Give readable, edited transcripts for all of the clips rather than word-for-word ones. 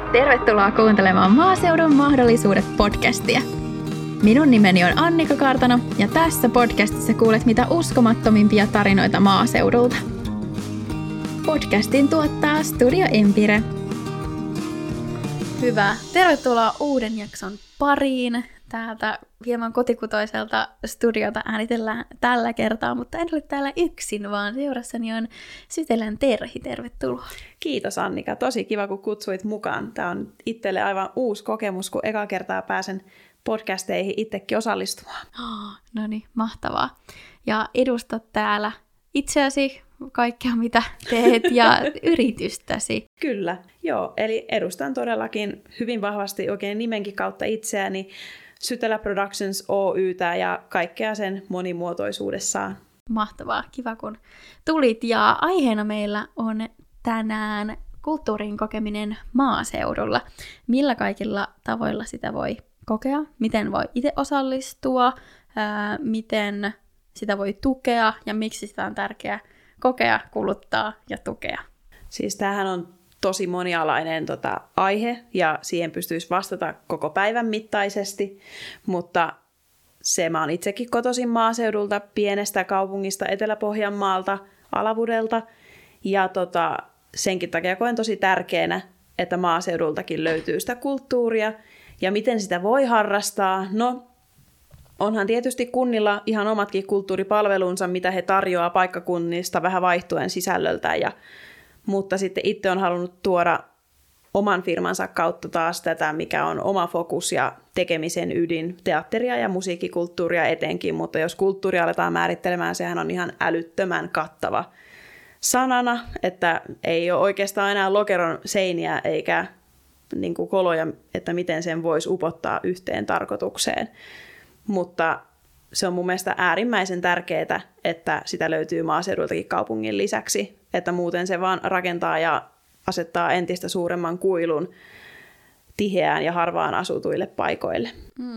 Tervetuloa kuuntelemaan Maaseudun mahdollisuudet podcastia. Minun nimeni on Annika Kartano ja tässä podcastissa kuulet mitä uskomattomimpia tarinoita maaseudulta. Podcastin tuottaa Studio Empire. Hyvä. Tervetuloa uuden jakson pariin. Täältä hieman kotikutoiselta studiota äänitellään tällä kertaa, mutta en ole täällä yksin, vaan seurassani on Sytelän Terhi. Tervetuloa. Kiitos Annika. Tosi kiva, kun kutsuit mukaan. Tämä on itselle aivan uusi kokemus, kun eka kertaa pääsen podcasteihin itsekin osallistumaan. No niin, mahtavaa. Ja edustat täällä itseäsi, kaikkea mitä teet ja yritystäsi. Kyllä, joo. Eli edustan todellakin hyvin vahvasti oikein nimenkin kautta itseäni Sytelä Productions Oy:tä ja kaikkea sen monimuotoisuudessaan. Mahtavaa, kiva kun tulit. Ja aiheena meillä on tänään kulttuurin kokeminen maaseudulla. Millä kaikilla tavoilla sitä voi kokea? Miten voi itse osallistua? Miten sitä voi tukea? Ja miksi sitä on tärkeää kokea, kuluttaa ja tukea? Siis tämähän on tosi monialainen aihe ja siihen pystyisi vastata koko päivän mittaisesti, mutta mä oon itsekin kotoisin maaseudulta, pienestä kaupungista Etelä-Pohjanmaalta, Alavudelta ja senkin takia koen tosi tärkeänä, että maaseudultakin löytyy sitä kulttuuria ja miten sitä voi harrastaa. No, onhan tietysti kunnilla ihan omatkin kulttuuripalvelunsa, mitä he tarjoaa paikkakunnista vähän vaihtuen sisällöltään mutta sitten itse on halunnut tuoda oman firmansa kautta taas tätä, mikä on oma fokus ja tekemisen ydin, teatteria ja musiikkikulttuuria etenkin, mutta jos kulttuuria aletaan määrittelemään, sehän on ihan älyttömän kattava sanana, että ei ole oikeastaan enää lokeron seiniä eikä niin kuin koloja, että miten sen voisi upottaa yhteen tarkoitukseen. Mutta se on mun mielestä äärimmäisen tärkeää, että sitä löytyy maaseudultakin kaupungin lisäksi, että muuten se vaan rakentaa ja asettaa entistä suuremman kuilun tiheään ja harvaan asutuille paikoille.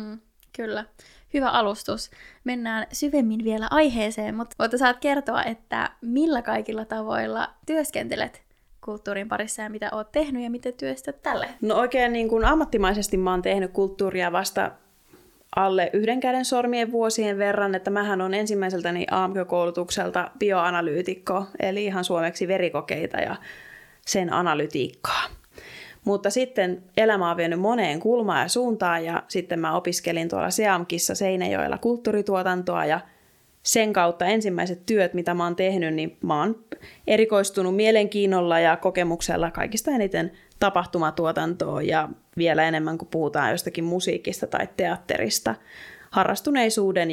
Kyllä. Hyvä alustus. Mennään syvemmin vielä aiheeseen, mutta saat kertoa, että millä kaikilla tavoilla työskentelet kulttuurin parissa ja mitä oot tehnyt ja miten työstät tälle? No oikein niin kuin ammattimaisesti mä oon tehnyt kulttuuria vasta alle yhden käden sormien vuosien verran, että mähän on ensimmäiseltäni AMK-koulutukselta bioanalyytikko, eli ihan suomeksi verikokeita ja sen analytiikkaa. Mutta sitten elämä on vienyt moneen kulmaan ja suuntaan, ja sitten mä opiskelin tuolla SEAMKissa Seinäjoella kulttuurituotantoa, ja sen kautta ensimmäiset työt, mitä mä oon tehnyt, niin mä oon erikoistunut mielenkiinnolla ja kokemuksella kaikista eniten tapahtumatuotantoa ja vielä enemmän, kun puhutaan jostakin musiikista tai teatterista, harrastuneisuuden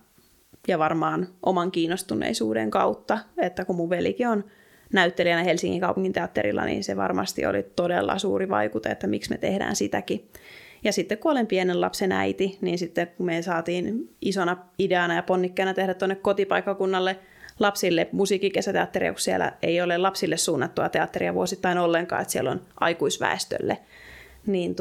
ja varmaan oman kiinnostuneisuuden kautta, että kun mun velikin on näyttelijänä Helsingin kaupungin teatterilla, niin se varmasti oli todella suuri vaikute, että miksi me tehdään sitäkin. Ja sitten kun olen pienen lapsen äiti, niin sitten kun me saatiin isona ideana ja ponnikkeena tehdä tuonne kotipaikkakunnalle lapsille musiikkikesäteatteria, kun siellä ei ole lapsille suunnattua teatteria vuosittain ollenkaan, että siellä on aikuisväestölle, niin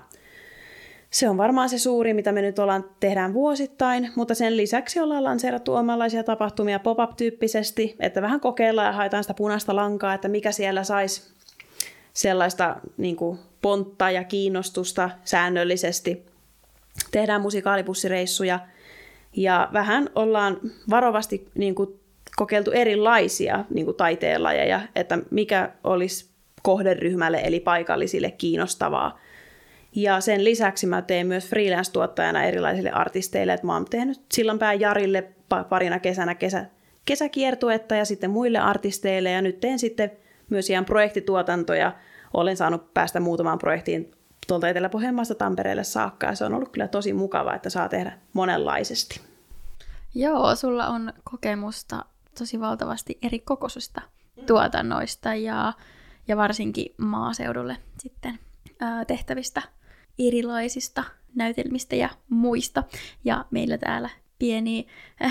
se on varmaan se suuri, mitä me nyt tehdään vuosittain, mutta sen lisäksi ollaan lanseerattu omanlaisia tapahtumia pop-up-tyyppisesti, että vähän kokeillaan ja haetaan sitä punaista lankaa, että mikä siellä saisi sellaista niin kuin pontta ja kiinnostusta säännöllisesti. Tehdään musikaalibussireissuja ja vähän ollaan varovasti niin kuin kokeiltu erilaisia niin kuin taiteenlajeja, että mikä olisi kohderyhmälle eli paikallisille kiinnostavaa. Ja sen lisäksi mä teen myös freelance-tuottajana erilaisille artisteille, että mä oon tehnyt Sillanpään Jarille parina kesänä kesäkiertuetta ja sitten muille artisteille ja nyt teen sitten myös ihan projektituotantoja. Olen saanut päästä muutamaan projektiin tuolta Etelä-Pohjanmaasta Tampereelle saakka ja se on ollut kyllä tosi mukavaa, että saa tehdä monenlaisesti. Joo, sulla on kokemusta tosi valtavasti eri kokoisista tuotannoista ja varsinkin maaseudulle sitten tehtävistä erilaisista näytelmistä ja muista. Ja meillä täällä pieni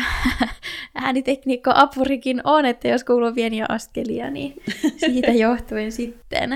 äänitekniikka-apurikin on, että jos kuuluu pieniä askelia, niin siitä johtuen sitten.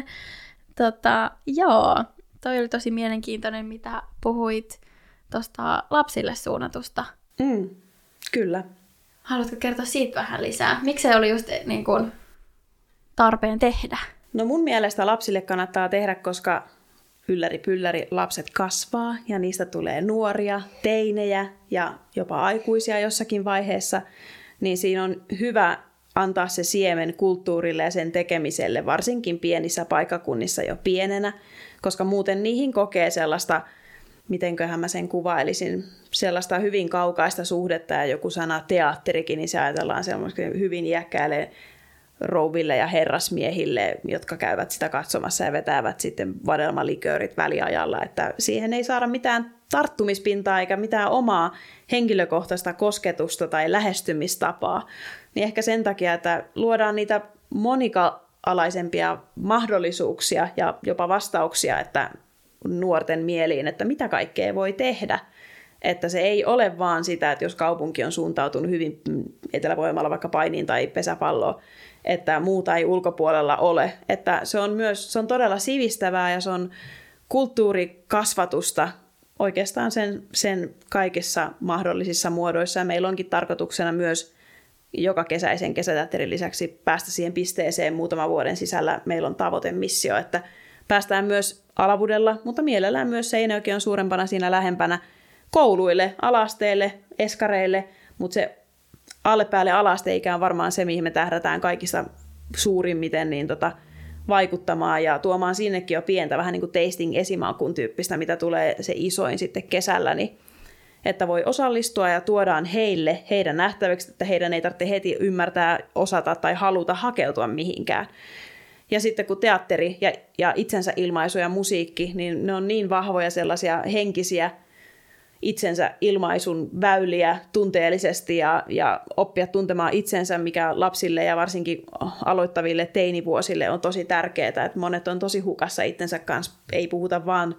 Joo, toi oli tosi mielenkiintoinen, mitä puhuit tuosta lapsille suunnatusta. Kyllä. Haluatko kertoa siitä vähän lisää? Miksi se oli just niin kuin tarpeen tehdä? No mun mielestä lapsille kannattaa tehdä, koska ylläri pylläri lapset kasvaa ja niistä tulee nuoria, teinejä ja jopa aikuisia jossakin vaiheessa, niin siinä on hyvä antaa se siemen kulttuurille ja sen tekemiselle, varsinkin pienissä paikkakunnissa jo pienenä, koska muuten niihin kokee sellaista, mitenköhän mä sen kuvailisin, sellaista hyvin kaukaista suhdetta, ja joku sana teatterikin, niin se ajatellaan semmoisen hyvin iäkkäille rouville ja herrasmiehille, jotka käyvät sitä katsomassa ja vetävät sitten vadelmaliköörit väliajalla, että siihen ei saada mitään tarttumispintaa eikä mitään omaa henkilökohtaista kosketusta tai lähestymistapaa, niin ehkä sen takia, että luodaan niitä monika-alaisempia mahdollisuuksia ja jopa vastauksia, että nuorten mieliin, että mitä kaikkea voi tehdä. Että se ei ole vaan sitä, että jos kaupunki on suuntautunut hyvin Etelä-Pohjanmaalla vaikka painiin tai pesäpalloon, että muuta ei ulkopuolella ole. Että se on todella sivistävää ja se on kulttuurikasvatusta oikeastaan sen kaikissa mahdollisissa muodoissa. Ja meillä onkin tarkoituksena myös joka kesäisen kesäteatterin lisäksi päästä siihen pisteeseen muutaman vuoden sisällä. Meillä on tavoitemissio, että päästään myös Alavudella, mutta mielellään myös Seinäjoki on suurempana siinä lähempänä kouluille, ala-asteille, eskareille, mutta se allepäälle ala-asteikä on varmaan se, mihin me tähdätään kaikista suurimmiten vaikuttamaan ja tuomaan sinnekin jo pientä vähän niin kuin tasting esimakuun tyyppistä, mitä tulee se isoin sitten kesällä, niin että voi osallistua ja tuodaan heidän nähtäväksi, että heidän ei tarvitse heti ymmärtää, osata tai haluta hakeutua mihinkään. Ja sitten kun teatteri ja itsensä ilmaisu ja musiikki, niin ne on niin vahvoja sellaisia henkisiä itsensä ilmaisun väyliä tunteellisesti ja oppia tuntemaan itsensä, mikä lapsille ja varsinkin aloittaville teinivuosille on tosi tärkeää. Että monet on tosi hukassa itsensä kanssa. Ei puhuta vaan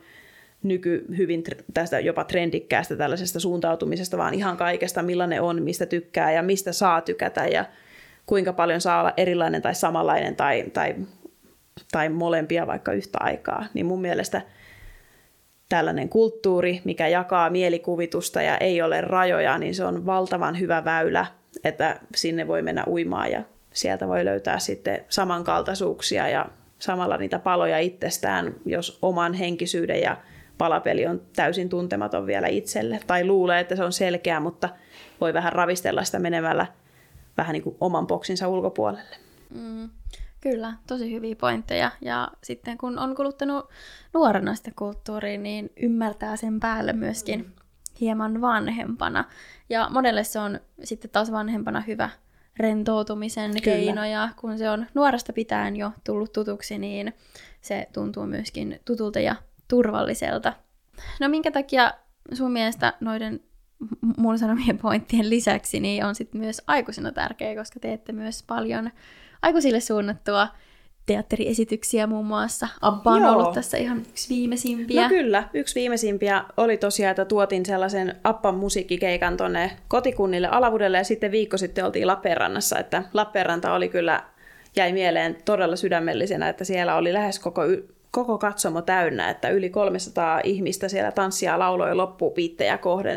hyvin tästä jopa trendikkäästä tällaisesta suuntautumisesta, vaan ihan kaikesta, millainen on, mistä tykkää ja mistä saa tykätä ja kuinka paljon saa olla erilainen tai samanlainen tai molempia vaikka yhtä aikaa. Niin mun mielestä tällainen kulttuuri, mikä jakaa mielikuvitusta ja ei ole rajoja, niin se on valtavan hyvä väylä, että sinne voi mennä uimaan ja sieltä voi löytää sitten samankaltaisuuksia ja samalla niitä paloja itsestään, jos oman henkisyyden ja palapeli on täysin tuntematon vielä itselle. Tai luulee, että se on selkeä, mutta voi vähän ravistella sitä menemällä vähän niin kuin oman boksinsa ulkopuolelle. Kyllä, tosi hyviä pointteja. Ja sitten kun on kuluttanut nuorena sitä kulttuuria, niin ymmärtää sen päälle myöskin hieman vanhempana. Ja monelle se on sitten taas vanhempana hyvä rentoutumisen keino. Ja kun se on nuoresta pitäen jo tullut tutuksi, niin se tuntuu myöskin tutulta ja turvalliselta. No minkä takia sun mielestä noiden mun sanomien pointtien lisäksi niin on sitten myös aikuisena tärkeä, koska teette myös paljon aikuisille suunnattua teatteriesityksiä muun muassa. Abba on ollut tässä ihan yksi viimeisimpiä. No kyllä, yksi viimeisimpiä oli tosiaan, että tuotin sellaisen Abban musiikkikeikan tonne kotikunnille Alavudelle ja sitten viikko sitten oltiin Lappeenrannassa, että Lappeenranta oli kyllä, jäi mieleen todella sydämellisenä, että siellä oli lähes koko katsomo täynnä, että yli 300 ihmistä siellä tanssia lauloi loppupiittejä kohden,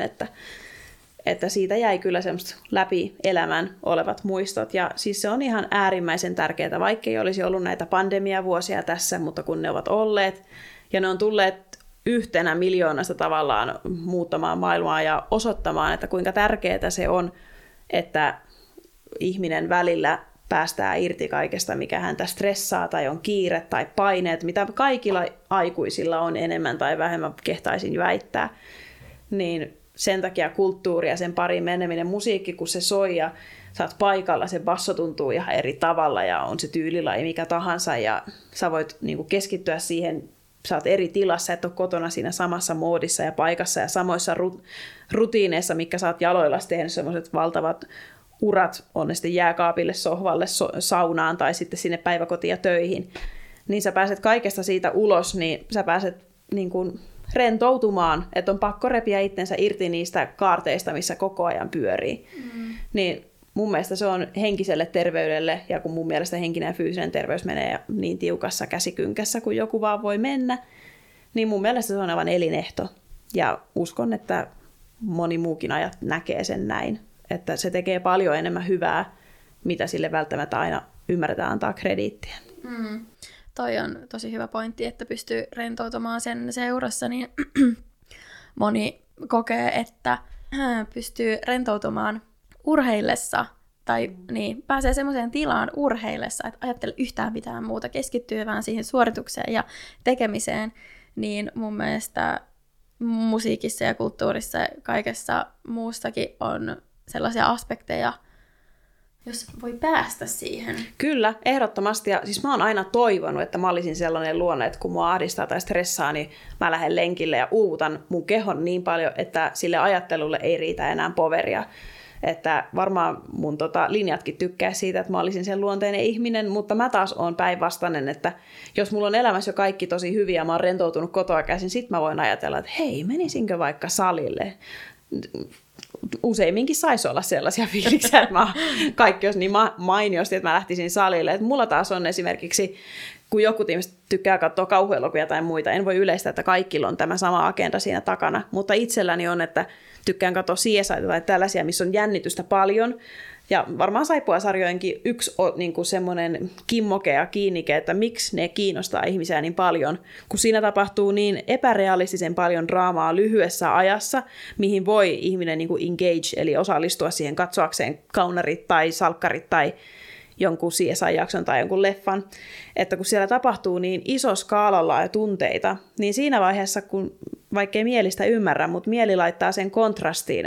että siitä jäi kyllä semmoista läpi elämän olevat muistot. Ja siis se on ihan äärimmäisen tärkeää, vaikkei olisi ollut näitä pandemiavuosia tässä, mutta kun ne ovat olleet, ja ne on tulleet yhtenä miljoonasta tavallaan muuttamaan maailmaa ja osoittamaan, että kuinka tärkeää se on, että ihminen välillä päästään irti kaikesta, mikä häntä stressaa tai on kiire tai paineet, mitä kaikilla aikuisilla on enemmän tai vähemmän, kehtaisin väittää, niin sen takia kulttuuri ja sen pariin meneminen, musiikki, kun se soi ja sä oot paikalla, se basso tuntuu ihan eri tavalla ja on se tyylilaji mikä tahansa ja sä voit niinku keskittyä siihen, sä oot eri tilassa, et ole kotona siinä samassa moodissa ja paikassa ja samoissa rutiineissa, mitkä sä oot jaloillasi tehnyt semmoiset valtavat urat, on ne sitten jääkaapille, sohvalle, saunaan tai sitten sinne päiväkotiin ja töihin, niin sä pääset kaikesta siitä ulos, niin sä pääset niin kuin rentoutumaan, että on pakko repiä itsensä irti niistä kaarteista, missä koko ajan pyörii. Niin mun mielestä se on henkiselle terveydelle, ja kun mun mielestä henkinen ja fyysinen terveys menee niin tiukassa käsikynkässä, kuin joku vaan voi mennä, niin mun mielestä se on aivan elinehto. Ja uskon, että moni muukin ajat näkee sen näin, että se tekee paljon enemmän hyvää, mitä sille välttämättä aina ymmärretään antaa krediittiä. toi on tosi hyvä pointti, että pystyy rentoutumaan sen seurassa, niin moni kokee, että pystyy rentoutumaan urheillessa, tai niin, pääsee semmoiseen tilaan urheillessa, että ajattele yhtään mitään muuta, keskittyy vaan siihen suoritukseen ja tekemiseen, niin mun mielestä musiikissa ja kulttuurissa ja kaikessa muustakin on sellaisia aspekteja, jos voi päästä siihen. Kyllä, ehdottomasti. Ja siis mä oon aina toivonut, että mä olisin sellainen luonne, että kun mua ahdistaa tai stressaa, niin mä lähden lenkille ja uuvutan mun kehon niin paljon, että sille ajattelulle ei riitä enää poveria. Että varmaan mun linjatkin tykkää siitä, että mä olisin sen luonteinen ihminen, mutta mä taas oon päinvastainen, että jos mulla on elämässä jo kaikki tosi hyviä ja mä oon rentoutunut kotoa käsin, sit mä voin ajatella, että hei, menisinkö vaikka salille? Useimminkin saisi olla sellaisia fiiliksiä, että kaikki olisi niin mainiosti, että mä lähtisin salille. Että mulla taas on esimerkiksi, kun joku ihmiset tykkää katsoa kauhuelokuvia tai muita, en voi yleistää, että kaikilla on tämä sama agenda siinä takana, mutta itselläni on, että tykkään katsoa CSI:ta tai tällaisia, missä on jännitystä paljon. Ja varmaan Saippuasarjojenkin yksi on niin kuin semmoinen kimmoke ja kiinnike, että miksi ne kiinnostaa ihmisiä niin paljon, kun siinä tapahtuu niin epärealistisen paljon draamaa lyhyessä ajassa, mihin voi ihminen niin kuin engage, eli osallistua siihen katsoakseen kaunarit tai salkkarit tai jonkun CSI-jakson tai jonkun leffan, että kun siellä tapahtuu niin iso skaalalla ja tunteita, niin siinä vaiheessa, kun vaikkei mielistä ymmärrä, mutta mieli laittaa sen kontrastiin,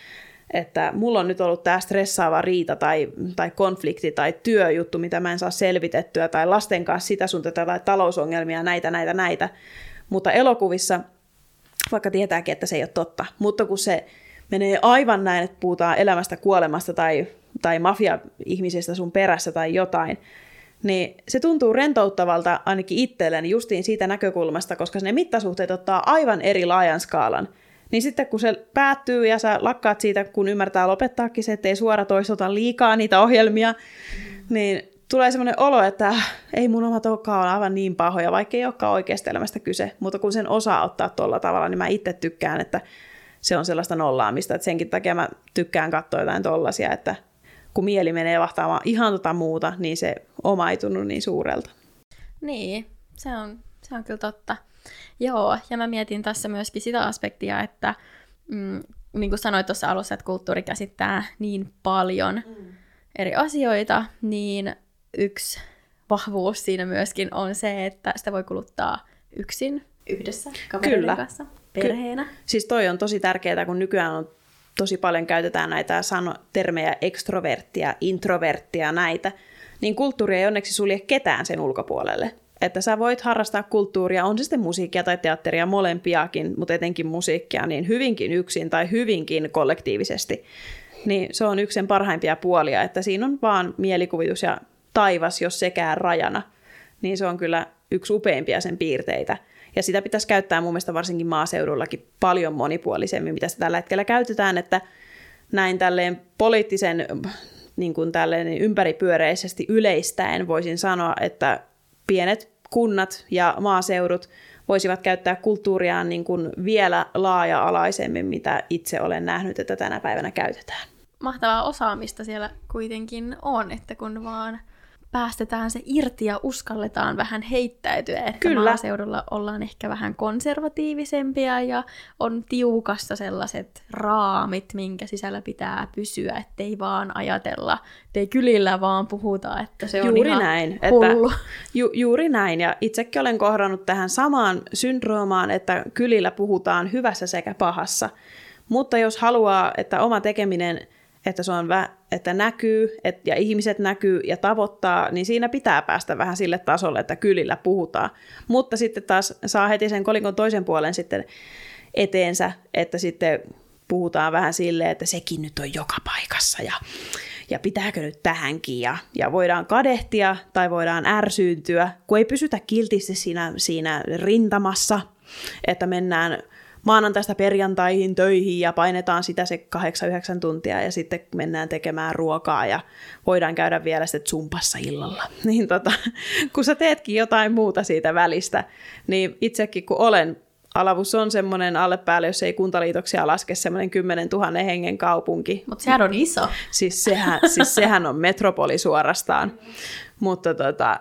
että mulla on nyt ollut tämä stressaava riita tai konflikti tai työjuttu, mitä mä en saa selvitettyä, tai lasten kanssa sitä sun tätä tai talousongelmia, näitä. Mutta elokuvissa, vaikka tietääkin, että se ei ole totta, mutta kun se menee aivan näin, että puhutaan elämästä, kuolemasta tai mafia-ihmisestä sun perässä tai jotain, niin se tuntuu rentouttavalta ainakin itselleni justiin siitä näkökulmasta, koska ne mittasuhteet ottaa aivan eri laajan skaalan. Niin sitten kun se päättyy ja sä lakkaat siitä, kun ymmärtää lopettaakin se, ettei suoratoistota liikaa niitä ohjelmia, niin tulee semmoinen olo, että ei mun omat olekaan aivan niin pahoja, vaikka ei olekaan oikeasta elämästä kyse. Mutta kun sen osaa ottaa tuolla tavalla, niin mä itse tykkään, että se on sellaista nollaamista. Että senkin takia mä tykkään katsoa jotain tollaisia, että kun mieli menee vahtaamaan ihan muuta, niin se oma ei tunnu niin suurelta. Niin, se on kyllä totta. Joo, ja mä mietin tässä myöskin sitä aspektia, että niin kuin sanoit tuossa alussa, että kulttuuri käsittää niin paljon eri asioita, niin yksi vahvuus siinä myöskin on se, että sitä voi kuluttaa yksin, yhdessä, kavereiden kanssa, perheenä. Siis toi on tosi tärkeää, kun nykyään on tosi paljon käytetään näitä termejä ekstroverttia, introverttia, näitä, niin kulttuuri ei onneksi sulje ketään sen ulkopuolelle. Että sä voit harrastaa kulttuuria, on se sitten musiikkia tai teatteria, molempiakin, mutta etenkin musiikkia, niin hyvinkin yksin tai hyvinkin kollektiivisesti. Niin se on yksi sen parhaimpia puolia, että siinä on vaan mielikuvitus ja taivas, jos sekään rajana. Niin se on kyllä yksi upeimpia sen piirteitä. Ja sitä pitäisi käyttää mun mielestä varsinkin maaseudullakin paljon monipuolisemmin, mitä sitä tällä hetkellä käytetään, että näin tälleen poliittisen niin kuin tälleen ympäripyöreisesti yleistäen voisin sanoa, että pienet kunnat ja maaseudut voisivat käyttää kulttuuriaan niin kuin vielä laaja-alaisemmin, mitä itse olen nähnyt, että tänä päivänä käytetään. Mahtavaa osaamista siellä kuitenkin on, että kun vaan päästetään se irti ja uskalletaan vähän heittäytyä, että kyllä, maaseudulla ollaan ehkä vähän konservatiivisempia ja on tiukassa sellaiset raamit, minkä sisällä pitää pysyä, ettei vaan ajatella, ettei kylillä vaan puhuta, että se on juuri ihan näin, hullu. Juuri näin, ja itsekin olen kohdannut tähän samaan syndroomaan, että kylillä puhutaan hyvässä sekä pahassa, mutta jos haluaa, että oma tekeminen että se on että näkyy ja ihmiset näkyy ja tavoittaa, niin siinä pitää päästä vähän sille tasolle, että kylillä puhutaan. Mutta sitten taas saa heti sen kolikon toisen puolen sitten eteensä, että sitten puhutaan vähän silleen, että sekin nyt on joka paikassa ja pitääkö nyt tähänkin ja voidaan kadehtia tai voidaan ärsyyntyä, kun ei pysytä kiltisti siinä rintamassa, että mennään maanantaista perjantaihin töihin ja painetaan sitä se 8-9 tuntia ja sitten mennään tekemään ruokaa ja voidaan käydä vielä sitten zumpassa illalla. Niin kun sä teetkin jotain muuta siitä välistä, niin itsekin kun olen, Alavus on semmoinen alle päälle, jos ei kuntaliitoksia laske, semmoinen 10 000 hengen kaupunki. Mutta sehän on iso. Siis sehän on metropoli suorastaan. Mutta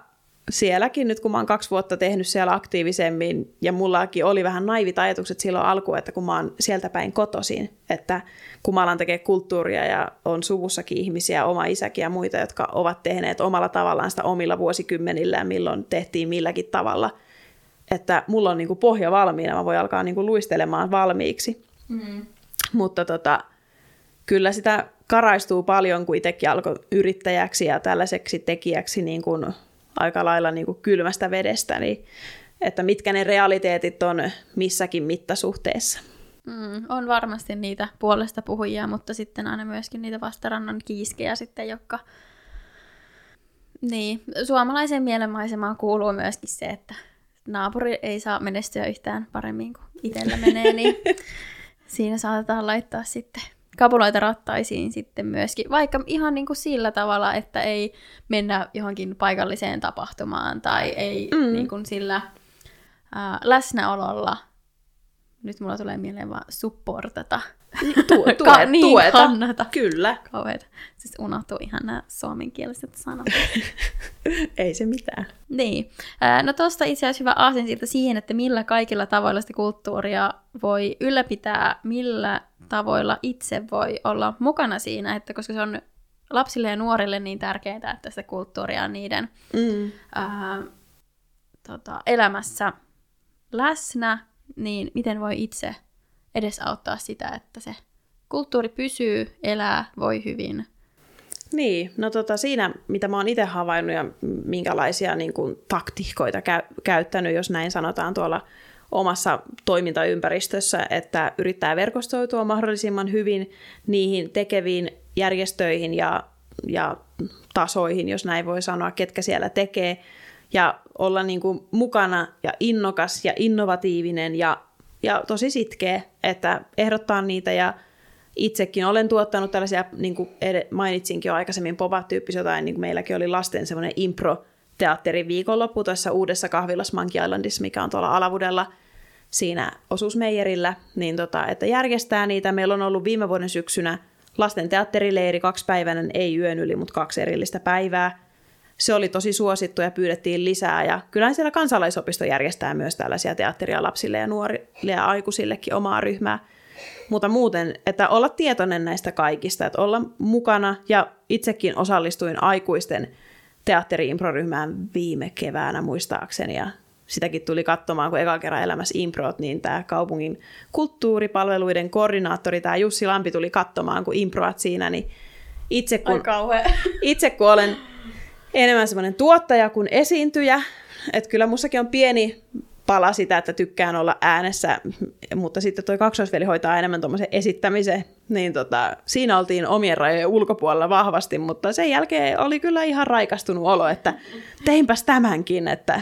sielläkin nyt, kun mä oon 2 vuotta tehnyt siellä aktiivisemmin, ja mullakin oli vähän naivit ajatukset silloin alkuun, että kun mä oon sieltä päin kotoisin, että kun mä alan tekemään kulttuuria ja on suvussakin ihmisiä, oma isäkin ja muita, jotka ovat tehneet omalla tavallaan sitä omilla vuosikymmenillä, milloin tehtiin milläkin tavalla, että mulla on niin kuin pohja valmiina, mä voin alkaa niin kuin luistelemaan valmiiksi. Mutta kyllä sitä karaistuu paljon, kun itsekin alkoi yrittäjäksi ja tällaiseksi tekijäksi niin kuin aika lailla niin kuin kylmästä vedestä, niin että mitkä ne realiteetit on missäkin mittasuhteessa. On varmasti niitä puolesta puhujia, mutta sitten aina myöskin niitä vastarannan kiiskejä sitten, jotka... Niin, suomalaisen mielenmaisemaan kuuluu myöskin se, että naapuri ei saa menestyä yhtään paremmin kuin itsellä menee, niin siinä saatetaan laittaa sitten kapuloita rattaisiin sitten myöskin, vaikka ihan niin kuin sillä tavalla, että ei mennä johonkin paikalliseen tapahtumaan tai ei niin kuin sillä läsnäololla, nyt mulla tulee mieleen vaan supportata. Tueta, kannata. Kyllä. Kauheeta. Siis unohtuu ihan nämä suomenkieliset sanat. Ei se mitään. Niin. No tuosta itse asiassa hyvä aasinsilta siihen, että millä kaikilla tavoilla sitä kulttuuria voi ylläpitää, millä tavoilla itse voi olla mukana siinä, että koska se on lapsille ja nuorille niin tärkeää, että sitä kulttuuria on niiden elämässä läsnä, niin miten voi itse edesauttaa sitä, että se kulttuuri pysyy, elää, voi hyvin. Niin, no siinä, mitä mä oon itse havainnut ja minkälaisia niin kuin, taktiikoita käyttänyt, jos näin sanotaan tuolla omassa toimintaympäristössä, että yrittää verkostoitua mahdollisimman hyvin niihin tekeviin järjestöihin ja tasoihin, jos näin voi sanoa, ketkä siellä tekee, ja olla niin kuin, mukana ja innokas ja innovatiivinen ja tosi sitkeä, että ehdottaa niitä, ja itsekin olen tuottanut tällaisia, niin kuin mainitsinkin jo aikaisemmin, pop-up-tyyppisiä jotain, niin kuin meilläkin oli lasten semmoinen impro-teatterin viikonloppu tuossa uudessa kahvilassa Monkey Islandissa, mikä on tuolla Alavudella siinä osuusmeijerillä, niin että järjestää niitä. Meillä on ollut viime vuoden syksynä lasten teatterileiri, 2-päiväinen, ei yön yli, mutta 2 erillistä päivää. Se oli tosi suosittu ja pyydettiin lisää, ja kyllähän siellä kansalaisopisto järjestää myös tällaisia teatteria lapsille ja nuorille ja aikuisillekin omaa ryhmää. Mutta muuten, että olla tietoinen näistä kaikista, että olla mukana, ja itsekin osallistuin aikuisten teatteri-improryhmään viime keväänä muistaakseni, ja sitäkin tuli katsomaan, kun ekalla kerran elämässä improt, niin tämä kaupungin kulttuuripalveluiden koordinaattori, tämä Jussi Lampi tuli katsomaan, kun improat siinä, niin itse kun olen enemmän semmoinen tuottaja kuin esiintyjä, että kyllä mussakin on pieni pala sitä, että tykkään olla äänessä, mutta sitten toi kaksoisveli hoitaa enemmän tuommoisen esittämisen, niin siinä oltiin omien rajojen ulkopuolella vahvasti, mutta sen jälkeen oli kyllä ihan raikastunut olo, että teinpäs tämänkin, että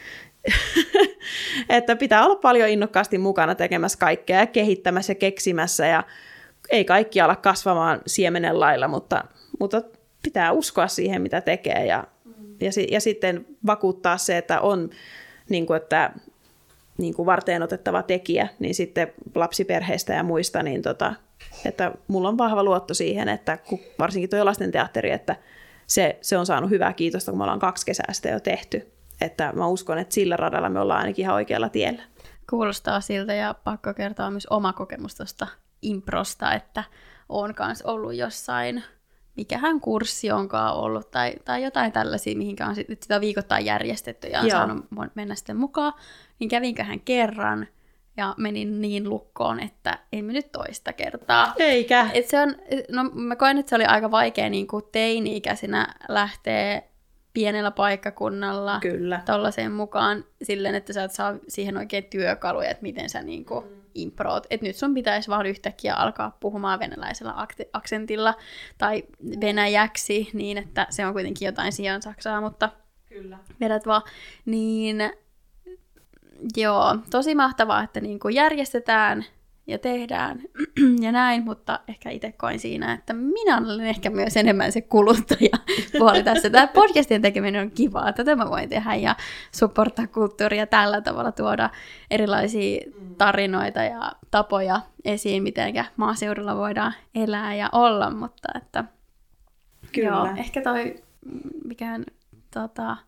että pitää olla paljon innokkaasti mukana tekemässä kaikkea ja kehittämässä ja keksimässä, ja ei kaikki ala kasvamaan siemenen lailla, mutta pitää uskoa siihen, mitä tekee, ja sitten vakuuttaa se, että on niin kuin, että niin kuin varteen otettava tekijä, niin sitten lapsiperheistä ja muista, niin että mulla on vahva luotto siihen, että varsinkin tuo lastenteatteri, että se on saanut hyvää kiitosta, kun me ollaan 2 kesää sitä jo tehty. Että mä uskon, että sillä radalla me ollaan ainakin ihan oikealla tiellä. Kuulostaa siltä, ja pakko kertoa myös oma kokemus tuosta improsta, että oon kanssa ollut jossain, mikähän kurssi onkaan ollut, tai jotain tällaisia, mihinkä on sitä viikoittain järjestetty ja on saanut mennä sitten mukaan, niin kävinköhän kerran ja menin niin lukkoon, että en mennyt toista kertaa. Eikä. Mä koen, että se oli aika vaikea niin kuin teini-ikäisenä lähteä pienellä paikkakunnalla tollaiseen mukaan silleen, että sä et saa siihen oikein työkaluja, että miten sä niinku improot. Että nyt sun pitäisi vaan yhtäkkiä alkaa puhumaan venäläisellä aksentilla tai venäjäksi niin, että se on kuitenkin jotain sijaan saksaa, mutta vedät vaan. Niin joo, tosi mahtavaa, että niinku järjestetään ja tehdään ja näin, mutta ehkä itse koin siinä, että minä olen ehkä myös enemmän se kuluttajapuoli tässä. Tämä podcastien tekeminen on kivaa, tätä mä voin tehdä ja supporttaa kulttuuria tällä tavalla, tuoda erilaisia tarinoita ja tapoja esiin, miten maaseudulla voidaan elää ja olla, mutta että joo, ehkä toi mikään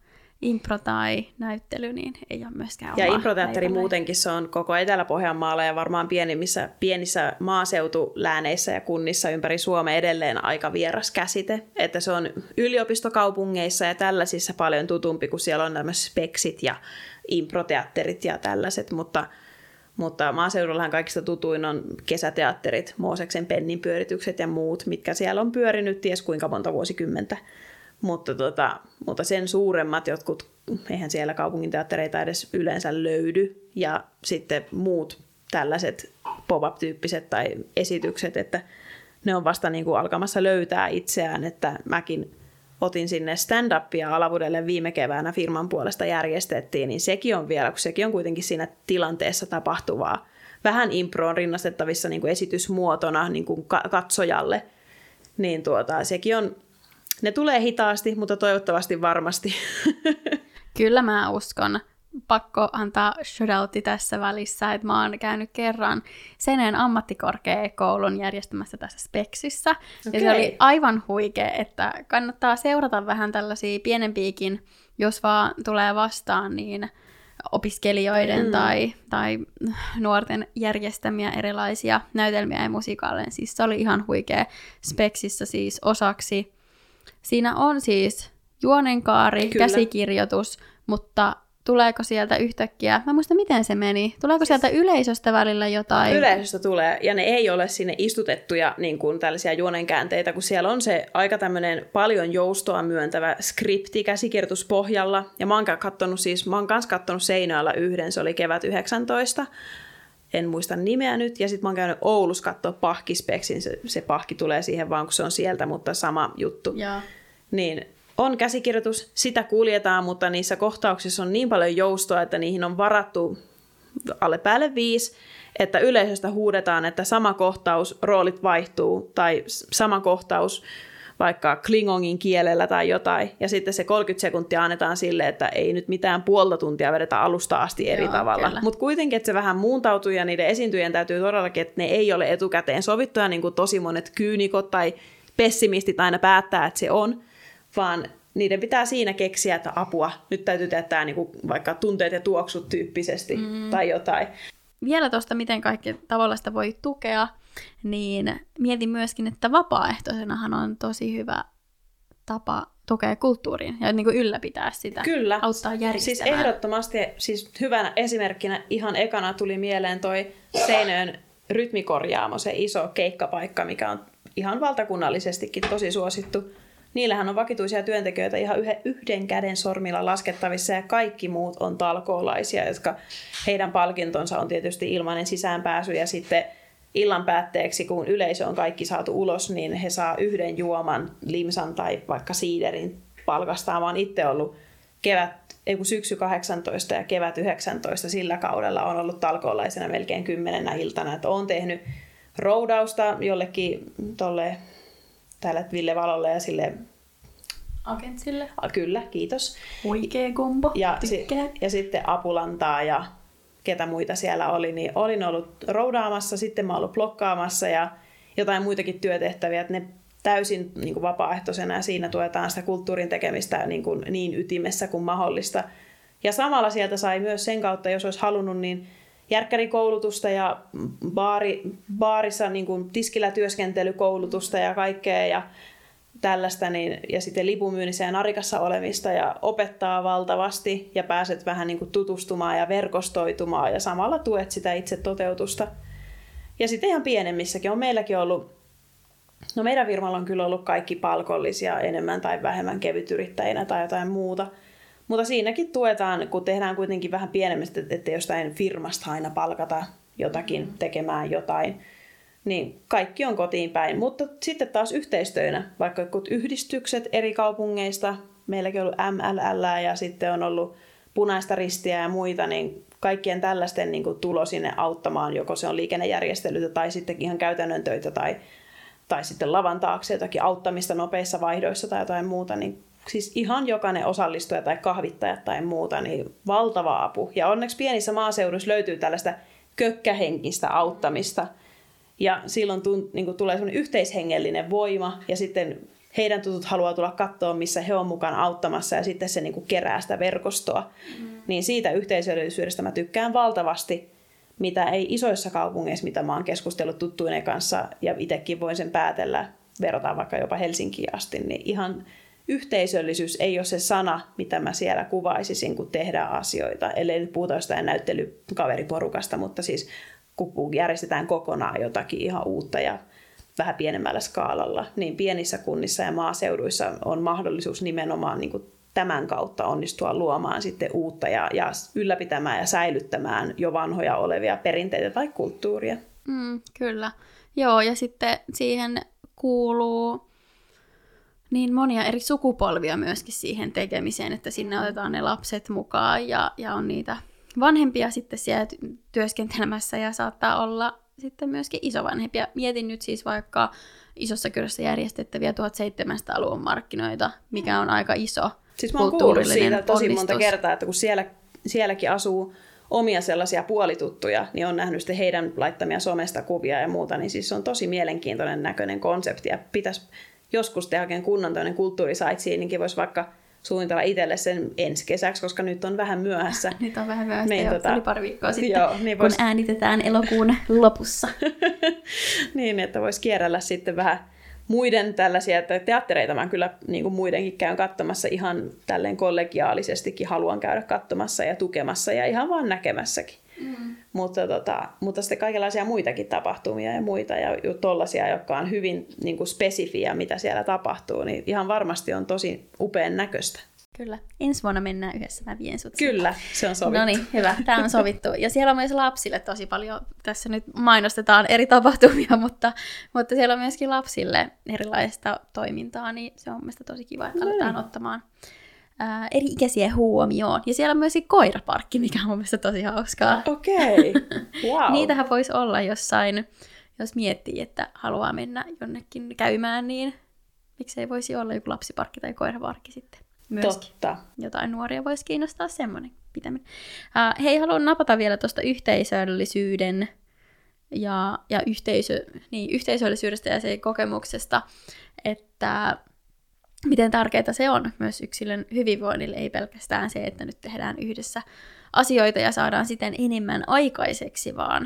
impro tai näyttely, niin ei ole myöskään ja omaa improteatteri leipäleipää. muutenkin se on koko Etelä-Pohjanmaalla ja varmaan pienissä maaseutulääneissä ja kunnissa ympäri Suomea edelleen aika vieras käsite. Että se on yliopistokaupungeissa ja tällaisissa paljon tutumpi, kun siellä on tämmöiset speksit ja improteatterit ja tällaiset, mutta maaseudullahan kaikista tutuin on kesäteatterit, Mooseksen penninpyöritykset ja muut, mitkä siellä on pyörinyt ties kuinka monta vuosikymmentä. Mutta sen suuremmat jotkut, eihän siellä kaupunginteattereita edes yleensä löydy. Ja sitten muut tällaiset pop-up-tyyppiset tai esitykset, että ne on vasta niin kuin alkamassa löytää itseään. Että mäkin otin sinne stand-upia Alavudelle viime keväänä firman puolesta järjestettiin, niin sekin on vielä, kun sekin on kuitenkin siinä tilanteessa tapahtuvaa. Vähän improon rinnastettavissa niin kuin esitysmuotona niin kuin katsojalle, niin sekin on. Ne tulee hitaasti, mutta toivottavasti varmasti. Kyllä mä uskon. Pakko antaa shoutoutti tässä välissä, että mä oon käynyt kerran Seinäjoen ammattikorkeakoulun järjestämässä tässä Speksissä. Okay. Ja se oli aivan huikea, että kannattaa seurata vähän tällaisia pienempiäkin, jos vaan tulee vastaan, niin opiskelijoiden tai nuorten järjestämiä erilaisia näytelmiä ja musikaaleja. Siis se oli ihan huikea Speksissä siis osaksi. Siinä on siis juonenkaari, kyllä, käsikirjoitus, mutta tuleeko sieltä yhtäkkiä, mä en muista miten se meni, tuleeko sieltä yleisöstä välillä jotain? Yleisöstä tulee, ja ne ei ole sinne istutettuja niin kuin tällaisia juonenkäänteitä, kun siellä on se aika tämmöinen paljon joustoa myöntävä skripti käsikirjoituspohjalla, ja mä oon kans kattonut Seinäjoella yhden, se oli kevät 19, en muista nimeä nyt, ja sitten mä oon käynyt Oulussa katsoa Pahkispeksin, se Pahki tulee siihen vaan, kun se on sieltä, mutta sama juttu. Ja. Niin on käsikirjoitus, sitä kuljetaan, mutta niissä kohtauksissa on niin paljon joustoa, että niihin on varattu alle päälle 5, että yleisöstä huudetaan, että sama kohtaus, roolit vaihtuu, tai sama kohtaus vaikka klingongin kielellä tai jotain, ja sitten se 30 sekuntia annetaan sille, että ei nyt mitään puolta tuntia vedetä alusta asti eri tavalla. Mutta kuitenkin, että se vähän muuntautuu, ja niiden esiintyjien täytyy todellakin, että ne ei ole etukäteen sovittuja, niin kuin tosi monet kyynikot tai pessimistit aina päättää, että se on, vaan niiden pitää siinä keksiä, että apua, nyt täytyy tehdä tämä niin kuin vaikka tunteet ja tuoksut tyyppisesti tai jotain. Vielä tuosta, miten kaikki tavalla sitä voi tukea, niin mietin myöskin, että vapaaehtoisenahan on tosi hyvä tapa tukea kulttuuriin ja niin kuin ylläpitää sitä, kyllä, auttaa järjestämään. Siis ehdottomasti, siis hyvänä esimerkkinä ihan ekana tuli mieleen toi Seinäjoen Rytmikorjaamo, se iso keikkapaikka, mikä on ihan valtakunnallisestikin tosi suosittu. Niillähän on vakituisia työntekijöitä ihan yhden käden sormilla laskettavissa ja kaikki muut on talkoolaisia, jotka heidän palkintonsa on tietysti ilmainen sisäänpääsy ja sitten illan päätteeksi, kun yleisö on kaikki saatu ulos, niin he saa yhden juoman, limsan tai vaikka siiderin palkastaan. Mä oon itse ollut syksy 18 ja kevät 19 sillä kaudella on ollut talkoolaisena melkein 10 iltana. Että oon tehnyt roudausta jollekin täällä Ville Valolle ja sille Agentsille. Kyllä, kiitos. Huikea kombo, ja sitten Apulantaa ja ketä muita siellä oli, niin olin ollut roudaamassa, sitten mä oon ollut blokkaamassa ja jotain muitakin työtehtäviä, että ne täysin niin kuin vapaaehtoisena ja siinä tuetaan sitä kulttuurin tekemistä niin ytimessä kuin mahdollista. Ja samalla sieltä sai myös sen kautta, jos olisi halunnut, niin järkkärikoulutusta ja baarissa niin kuin tiskillä työskentelykoulutusta ja kaikkea ja tällaista, niin, ja sitten lipunmyynnissä ja narikassa olemista ja opettaa valtavasti ja pääset vähän niin kuin tutustumaan ja verkostoitumaan ja samalla tuet sitä itse toteutusta. Ja sitten ihan pienemmissäkin on meilläkin ollut, no meidän firmalla on kyllä ollut kaikki palkollisia enemmän tai vähemmän kevytyrittäjinä tai jotain muuta. Mutta siinäkin tuetaan, kun tehdään kuitenkin vähän pienemmistä, että jostain firmasta aina palkata jotakin tekemään jotain, niin kaikki on kotiin päin. Mutta sitten taas yhteistyönä, vaikka yhdistykset eri kaupungeista, meilläkin on ollut MLL ja sitten on ollut Punaista Ristiä ja muita, niin kaikkien tällaisten niin kuin tulo sinne auttamaan, joko se on liikennejärjestelytä tai sitten ihan käytännön töitä tai sitten lavan taakse jotakin auttamista nopeissa vaihdoissa tai jotain muuta, niin siis ihan jokainen osallistuja tai kahvittajat tai muuta, niin valtava apu. Ja onneksi pienissä maaseuduissa löytyy tällaista kökkähenkistä auttamista. Ja silloin niin kuin tulee semmoinen yhteishengellinen voima ja sitten heidän tutut haluaa tulla katsoa, missä he on mukana auttamassa ja sitten se niin kuin kerää sitä verkostoa. Niin siitä yhteisöllisyydestä mä tykkään valtavasti, mitä ei isoissa kaupungeissa, mitä mä oon keskustellut tuttuinen kanssa ja itsekin voin sen päätellä, verrataan vaikka jopa Helsinkiin asti, niin ihan yhteisöllisyys ei ole se sana, mitä mä siellä kuvaisisin, kun tehdään asioita. Ellei nyt puhuta jostain näyttelykaveriporukasta, mutta siis kun järjestetään kokonaan jotakin ihan uutta ja vähän pienemmällä skaalalla, niin pienissä kunnissa ja maaseuduissa on mahdollisuus nimenomaan niin kuin tämän kautta onnistua luomaan sitten uutta ja ylläpitämään ja säilyttämään jo vanhoja olevia perinteitä tai kulttuuria. Kyllä. Joo, ja sitten siihen kuuluu niin monia eri sukupolvia myöskin siihen tekemiseen, että sinne otetaan ne lapset mukaan ja on niitä vanhempia sitten siellä työskentelemässä ja saattaa olla sitten myöskin isovanhempia. Mietin nyt siis vaikka Isossa Kylässä järjestettäviä 1700-luvun markkinoita, mikä on aika iso siis mä oon kuullut siitä tosi monta kertaa, että kun sielläkin asuu omia sellaisia puolituttuja, niin on nähnyt sitten heidän laittamia somesta kuvia ja muuta, niin siis se on tosi mielenkiintoinen näköinen konsepti ja pitäisi joskus tehdä oikein kunnon tämmöinen kulttuurisaitsiininkin, voisi vaikka suunnitella itselle sen ensi kesäksi, koska nyt on vähän myöhässä. Nyt on vähän myöhässä, niin, se oli pari viikkoa sitten, niin kun äänitetään elokuun lopussa. Niin, että voisi kierrellä sitten vähän muiden tällaisia, että teattereita mä kyllä niin kuin muidenkin käyn katsomassa ihan tälleen kollegiaalisestikin, haluan käydä katsomassa ja tukemassa ja ihan vaan näkemässäkin. Mutta sitten kaikenlaisia muitakin tapahtumia ja muita ja tollaisia, jotka on hyvin niin kuin spesifiä, mitä siellä tapahtuu, niin ihan varmasti on tosi upean näköistä. Kyllä. Ensi vuonna mennään yhdessä, mä vien sut. Kyllä, se on sovittu. No niin, hyvä. Tämä on sovittu. Ja siellä on myös lapsille tosi paljon, tässä nyt mainostetaan eri tapahtumia, mutta siellä on myöskin lapsille erilaista toimintaa, niin se on mielestäni tosi kiva, että aletaan ottamaan eri ikäisiä huomioon. Ja siellä on myös koiraparkki, mikä on mielestäni tosi hauskaa. Okei, wow. Niitähän voisi olla jossain, jos miettii, että haluaa mennä jonnekin käymään, niin miksei voisi olla joku lapsiparkki tai koiraparkki sitten. Myöskin. Totta. Jotain nuoria voisi kiinnostaa semmoinen pitäminen. Hei, haluan napata vielä tuosta yhteisöllisyyden ja yhteisöllisyydestä ja sen kokemuksesta, että miten tärkeää se on myös yksilön hyvinvoinnille, ei pelkästään se, että nyt tehdään yhdessä asioita ja saadaan siten enemmän aikaiseksi, vaan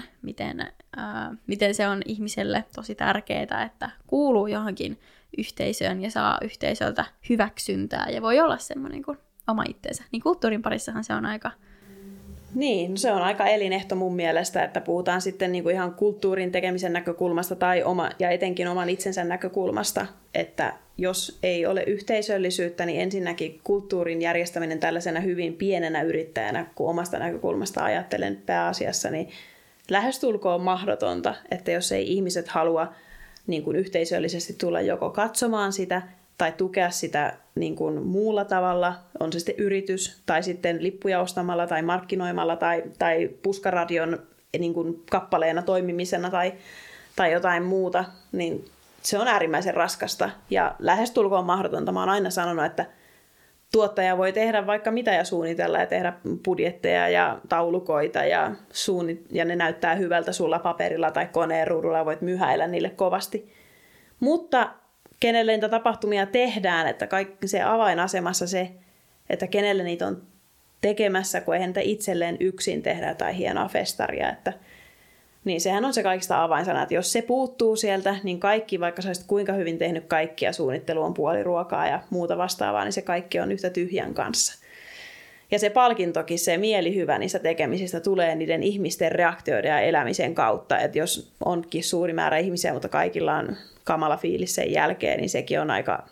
miten se on ihmiselle tosi tärkeää, että kuuluu johonkin yhteisöön ja saa yhteisöltä hyväksyntää ja voi olla semmoinen kuin oma itsensä. Niin kulttuurin parissahan se on aika... Niin, se on aika elinehto mun mielestä, että puhutaan sitten niinku ihan kulttuurin tekemisen näkökulmasta tai ja etenkin oman itsensä näkökulmasta, että jos ei ole yhteisöllisyyttä, niin ensinnäkin kulttuurin järjestäminen tällaisena hyvin pienenä yrittäjänä, kun omasta näkökulmasta ajattelen pääasiassa, niin lähestulkoon mahdotonta, että jos ei ihmiset halua niin kuin yhteisöllisesti tulla joko katsomaan sitä tai tukea sitä niin kuin muulla tavalla, on se sitten yritys tai sitten lippuja ostamalla tai markkinoimalla tai puskaradion niin kuin kappaleena toimimisena tai jotain muuta, niin se on äärimmäisen raskasta ja lähestulkoon mahdotonta. Mä oon aina sanonut, että tuottaja voi tehdä vaikka mitä ja suunnitella ja tehdä budjetteja ja taulukoita ja ne näyttää hyvältä sulla paperilla tai koneen ruudulla, voit myhäillä niille kovasti. Mutta kenelle niitä tapahtumia tehdään, että kaikki se avainasemassa se, että kenelle niitä on tekemässä, kun eihän niitä itselleen yksin tehdä tai hienoa festaria, että niin sehän on se kaikista avainsana, että jos se puuttuu sieltä, niin kaikki, vaikka sä olisit kuinka hyvin tehnyt kaikkia, suunnittelu on puoliruokaa ja muuta vastaavaa, niin se kaikki on yhtä tyhjän kanssa. Ja se palkintokin, se mielihyvä niistä tekemisistä tulee niiden ihmisten reaktioiden ja elämisen kautta, että jos onkin suuri määrä ihmisiä, mutta kaikilla on kamala fiilis sen jälkeen, niin sekin on aika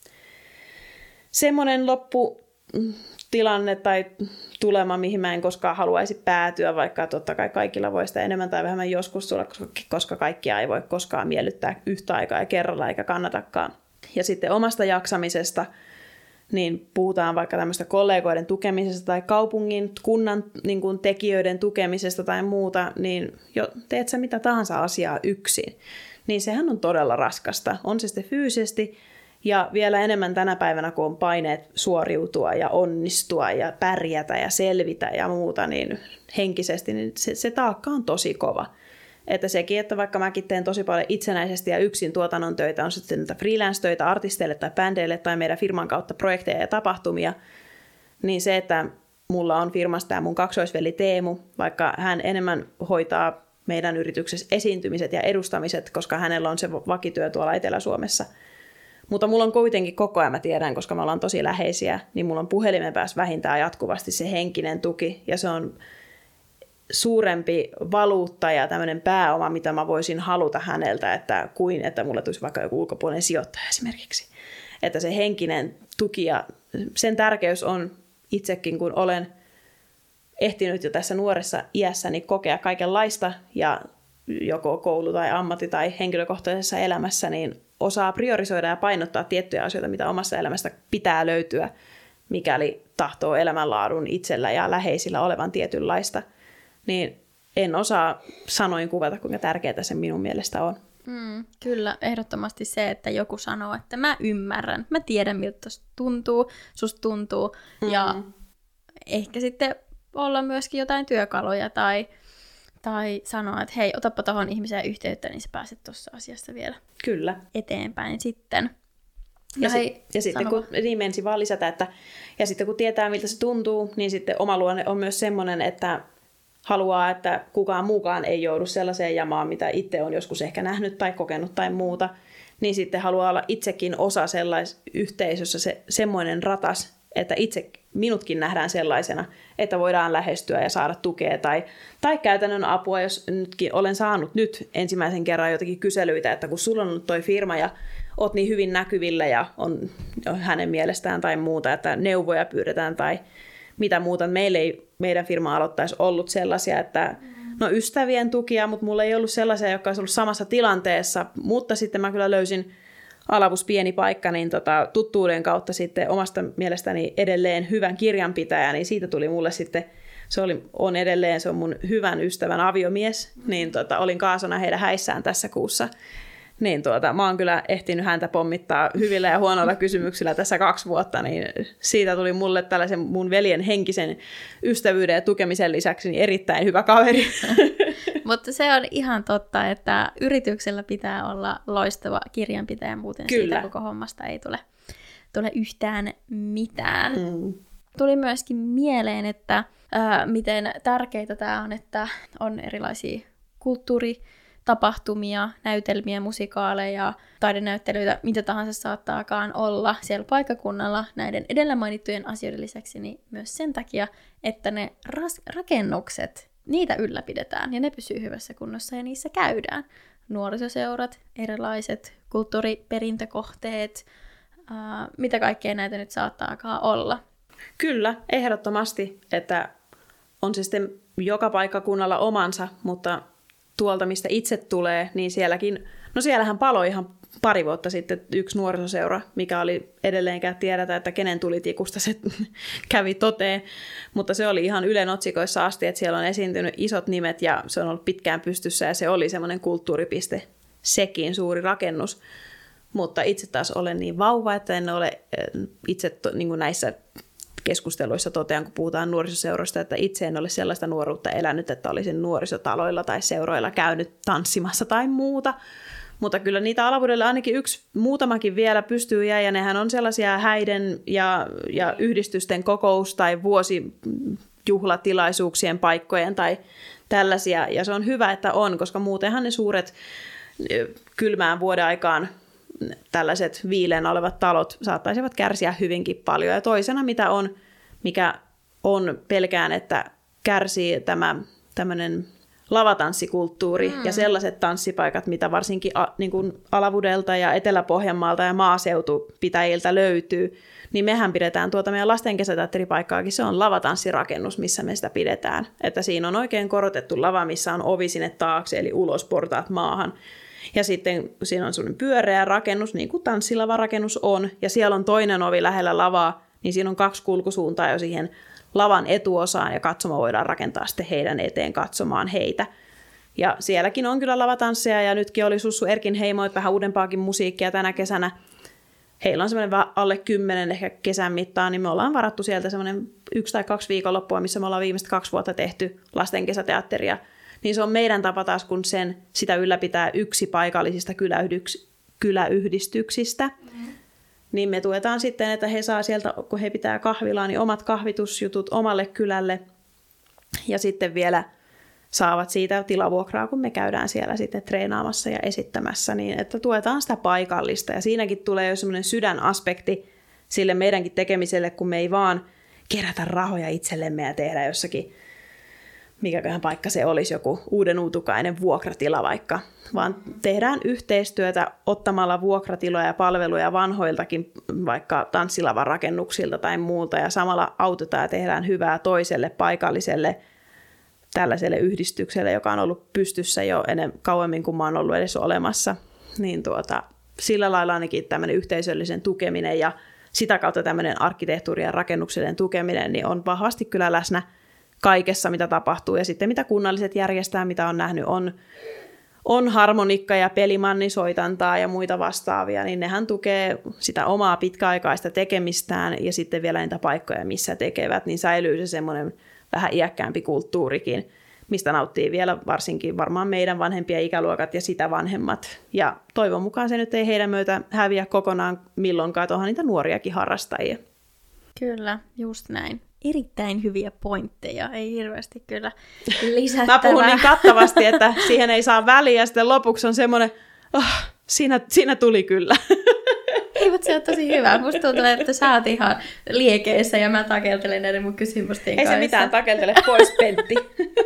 semmoinen lopputilanne tai tulema, mihin mä en koskaan haluaisi päätyä, vaikka totta kai kaikilla voi sitä enemmän tai vähemmän joskus tulla, koska kaikkia ei voi koskaan miellyttää yhtä aikaa ja kerralla eikä kannatakaan. Ja sitten omasta jaksamisesta, niin puhutaan vaikka tämmöistä kollegoiden tukemisesta tai kaupungin, kunnan niin kuin tekijöiden tukemisesta tai muuta, niin teet sä mitä tahansa asiaa yksin, niin sehän on todella raskasta. On se sitten fyysisesti ja vielä enemmän tänä päivänä, kun on paineet suoriutua ja onnistua ja pärjätä ja selvitä ja muuta, niin henkisesti niin se taakka on tosi kova. Että sekin, että vaikka mäkin teen tosi paljon itsenäisesti ja yksin tuotannon töitä, on sitten niitä freelance-töitä artisteille tai bändeille tai meidän firman kautta projekteja ja tapahtumia, niin se, että mulla on firmassa tämä mun kaksoisveli Teemu, vaikka hän enemmän hoitaa meidän yrityksessä esiintymiset ja edustamiset, koska hänellä on se vakityö tuolla Etelä-Suomessa. Mutta mulla on kuitenkin koko ajan, mä tiedän, koska me ollaan tosi läheisiä, niin mulla on puhelimen päässä vähintään jatkuvasti se henkinen tuki, ja se on suurempi valuutta ja tämmöinen pääoma, mitä mä voisin haluta häneltä, kuin että mulle tulisi vaikka joku ulkopuolinen sijoittaja esimerkiksi. Että se henkinen tuki ja sen tärkeys on itsekin, kun olen ehtinyt jo tässä nuoressa iässäni kokea kaikenlaista ja joko koulu- tai ammatti- tai henkilökohtaisessa elämässä, niin osaa priorisoida ja painottaa tiettyjä asioita, mitä omassa elämästä pitää löytyä, mikäli tahtoo elämänlaadun itsellä ja läheisillä olevan tietynlaista. Niin en osaa sanoin kuvata, kuinka tärkeää se minun mielestä on. Kyllä, ehdottomasti se, että joku sanoo, että mä ymmärrän, mä tiedän, miltä tuntuu, susta tuntuu, ja ehkä sitten olla myöskin jotain työkaluja tai sanoa, että hei, otappa tuohon ihmiseen yhteyttä, niin sä pääset tuossa asiassa vielä Kyllä. eteenpäin sitten. Ja sitten kun menisi vaan lisätä, ja sitten kun tietää, miltä se tuntuu, niin sitten oma luonne on myös semmoinen, että haluaa, että kukaan muukaan ei joudu sellaiseen jamaan, mitä itse on joskus ehkä nähnyt tai kokenut tai muuta, niin sitten haluaa olla itsekin osa sellaisessa yhteisössä semmoinen ratas, että minutkin nähdään sellaisena, että voidaan lähestyä ja saada tukea tai käytännön apua, jos nytkin olen saanut nyt ensimmäisen kerran jotakin kyselyitä, että kun sulla on ollut toi firma ja oot niin hyvin näkyvillä ja on hänen mielestään tai muuta, että neuvoja pyydetään tai mitä muuta. Meillä ei meidän firma aloittaisi ollut sellaisia, että ystävien tukia, mutta mulla ei ollut sellaisia, jotka olisi ollut samassa tilanteessa, mutta sitten mä kyllä löysin Alavus pieni paikka, niin tuttuuden kautta sitten omasta mielestäni edelleen hyvän kirjanpitäjä, niin siitä tuli mulle sitten, se on mun hyvän ystävän aviomies, niin olin kaasona heidän häissään tässä kuussa. Niin mä oon kyllä ehtinyt häntä pommittaa hyvillä ja huonoilla kysymyksillä tässä 2 vuotta, niin siitä tuli mulle tällaisen mun veljen henkisen ystävyyden ja tukemisen lisäksi niin erittäin hyvä kaveri. Mutta se on ihan totta, että yrityksellä pitää olla loistava kirjanpitäjä, muuten kyllä. Siitä koko hommasta ei tule yhtään mitään. Tuli myöskin mieleen, että miten tärkeää tämä on, että on erilaisia kulttuuritapahtumia, näytelmiä, musikaaleja, taidenäyttelyitä, mitä tahansa saattaakaan olla siellä paikkakunnalla näiden edellä mainittujen asioiden lisäksi, niin myös sen takia, että ne rakennukset, niitä ylläpidetään ja ne pysyy hyvässä kunnossa ja niissä käydään. Nuorisoseurat, erilaiset kulttuuriperintökohteet, mitä kaikkea näitä nyt saattaakaan olla. Kyllä, ehdottomasti, että on se sitten joka paikkakunnalla omansa, mutta tuolta, mistä itse tulee, niin siellähän paloi ihan 2 vuotta sitten yksi nuorisoseura, mikä oli edelleenkään tiedetä, että kenen tulitikusta se kävi toteen, mutta se oli ihan Ylen otsikoissa asti, että siellä on esiintynyt isot nimet ja se on ollut pitkään pystyssä ja se oli semmoinen kulttuuripiste, sekin suuri rakennus, mutta itse taas olen niin vauva, että en ole itse niin kuin näissä keskusteluissa totean, kun puhutaan nuorisoseuroista, että itse en ole sellaista nuoruutta elänyt, että olisin nuorisotaloilla tai seuroilla käynyt tanssimassa tai muuta. Mutta kyllä niitä Alavuudelle ainakin muutamakin vielä pystyy ja nehän on sellaisia häiden ja yhdistysten kokous- tai vuosijuhlatilaisuuksien paikkojen tai tällaisia. Ja se on hyvä, että on, koska muutenhan ne suuret kylmään vuoden aikaan tällaiset viileän olevat talot saattaisivat kärsiä hyvinkin paljon. Ja toisena, mikä on pelkään, että kärsii tämmöinen lavatanssikulttuuri ja sellaiset tanssipaikat, mitä varsinkin niin kuin Alavudelta ja Etelä-Pohjanmaalta ja maaseutupitäjiltä löytyy, niin mehän pidetään tuota meidän lasten kesäteatteripaikkaakin, se on lavatanssirakennus, missä me sitä pidetään. Että siinä on oikein korotettu lava, missä on ovi sinne taakse, eli ulos portaat maahan. Ja sitten siinä on sellainen pyöreä rakennus, niin kuin tanssilavararakennus on, ja siellä on toinen ovi lähellä lavaa, niin siinä on 2 kulkusuuntaa jo siihen lavan etuosaan, ja katsoma voidaan rakentaa sitten heidän eteen katsomaan heitä. Ja sielläkin on kyllä lavatansseja, ja nytkin oli Sussu Erkin heimoit vähän uudempaakin musiikkia tänä kesänä. Heillä on semmoinen alle 10 ehkä kesän mittaan, niin me ollaan varattu sieltä semmoinen 1 tai 2 viikonloppua, missä me ollaan viimeiset 2 vuotta tehty lasten kesäteatteria. niin se on meidän tapa taas, kun sitä ylläpitää yksi paikallisista kyläyhdistyksistä, niin me tuetaan sitten, että he saa sieltä, kun he pitää kahvilaa, niin omat kahvitusjutut omalle kylälle ja sitten vielä saavat siitä tilavuokraa, kun me käydään siellä sitten treenaamassa ja esittämässä, niin että tuetaan sitä paikallista. Ja siinäkin tulee jo semmoinen sydänaspekti sille meidänkin tekemiselle, kun me ei vaan kerätä rahoja itsellemme ja tehdä jossakin, mikäköhän paikka se olisi, joku uuden uutukainen vuokratila vaikka, vaan tehdään yhteistyötä ottamalla vuokratiloja ja palveluja vanhoiltakin, vaikka tanssilavan rakennuksilta tai muulta, ja samalla autetaan ja tehdään hyvää toiselle paikalliselle tällaiselle yhdistykselle, joka on ollut pystyssä jo kauemmin kuin mä oon ollut edes olemassa. Niin sillä lailla ainakin tämmöinen yhteisöllisen tukeminen ja sitä kautta tämmöinen arkkitehtuuri- ja rakennuksellinen tukeminen niin on vahvasti kyllä läsnä kaikessa, mitä tapahtuu. Ja sitten mitä kunnalliset järjestää, mitä on nähnyt, on harmonikka- ja pelimannisoitantaa ja muita vastaavia, niin nehän tukee sitä omaa pitkäaikaista tekemistään ja sitten vielä niitä paikkoja, missä tekevät, niin säilyy se semmoinen vähän iäkkäämpi kulttuurikin, mistä nauttii vielä varsinkin varmaan meidän vanhempia ikäluokat ja sitä vanhemmat. Ja toivon mukaan se nyt ei heidän myötä häviä kokonaan milloinkaan, että onhan niitä nuoriakin harrastajia. Kyllä, just näin. Erittäin hyviä pointteja, ei hirveästi kyllä lisättävää. Mä puhun niin kattavasti, että siihen ei saa väliä, ja sitten lopuksi on semmoinen, siinä tuli kyllä. Ei, mutta se on tosi hyvä. Musta tuntuu, että sä oot ihan liekeissä ja mä takeltelen näiden mun kysymysten kanssa. Ei se mitään, takeltele pois, Pentti.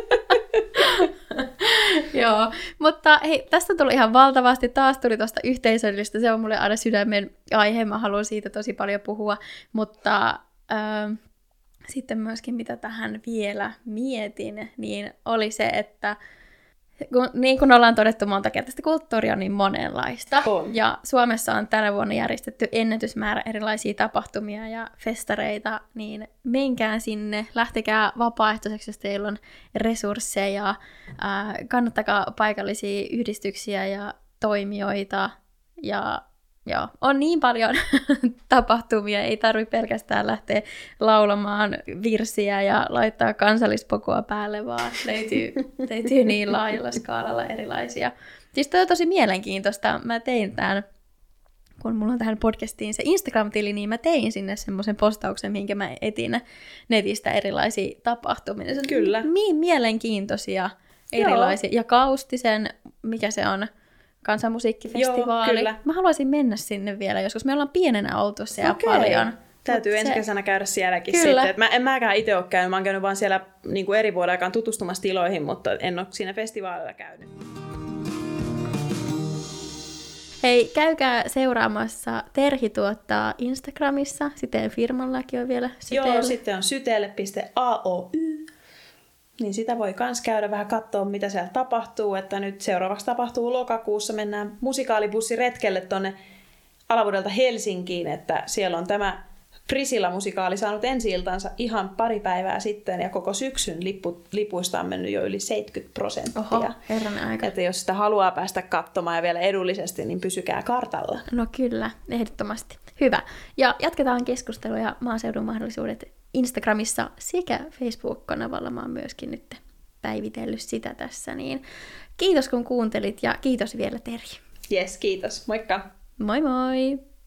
Joo, mutta hei, tästä tuli ihan valtavasti. Taas tuli tuosta yhteisöllistä. Se on mulle aina sydämen aihe. Mä haluan siitä tosi paljon puhua, mutta sitten myöskin mitä tähän vielä mietin, niin oli se, että niin kuin ollaan todettu monta kertaa, että kulttuuri on niin monenlaista. On. Ja Suomessa on tänä vuonna järjestetty ennätysmäärä erilaisia tapahtumia ja festareita, niin menkää sinne, lähtekää vapaaehtoiseksi, jos teillä on resursseja, kannattakaa paikallisia yhdistyksiä ja toimijoita ja joo, on niin paljon tapahtumia, ei tarvitse pelkästään lähteä laulamaan virsiä ja laittaa kansallispokua päälle, vaan löytyy niin laajalla skaalalla erilaisia. Siis toi on tosi mielenkiintoista. Mä tein tämän, kun mulla on tähän podcastiin se Instagram-tili, niin mä tein sinne semmoisen postauksen, minkä mä etin netistä erilaisia tapahtumia. Se on Kyllä. Niin mielenkiintoisia erilaisia. Joo. Ja Kaustisen, mikä se on? Kansanmusiikkifestivaali. Joo, kyllä. Mä haluaisin mennä sinne vielä joskus. Me ollaan pienenä oltu siellä paljon. Täytyy ensi kesänä käydä sielläkin kyllä. sitten. En mäkään itse ole käynyt. Mä oon käynyt vaan siellä niin kuin eri vuoden aikaan tutustumassa tiloihin, mutta en ole siinä festivaalilla käynyt. Hei, käykää seuraamassa. Terhi tuottaa Instagramissa. Sitten firmallakin on vielä Sytelle. Joo, sitten on sytelle.aoy. Niin sitä voi kans käydä vähän katsoa, mitä siellä tapahtuu. Että nyt seuraavaksi tapahtuu lokakuussa. Mennään musikaalibussiretkelle tonne Alavudelta Helsinkiin. Että siellä on tämä Prisilla-musikaali saanut ensi-iltansa ihan pari päivää sitten. Ja koko syksyn lipuista on mennyt jo yli 70%. Oho, herranen aika. Että jos sitä haluaa päästä katsomaan ja vielä edullisesti, niin pysykää kartalla. No kyllä, ehdottomasti. Hyvä. Ja jatketaan keskustelua maaseudun mahdollisuudet Instagramissa sekä Facebook-kanavalla. Mä oon myöskin nyt päivitellyt sitä tässä. Niin kiitos kun kuuntelit ja kiitos vielä Terhi. Jes, kiitos. Moikka! Moi moi!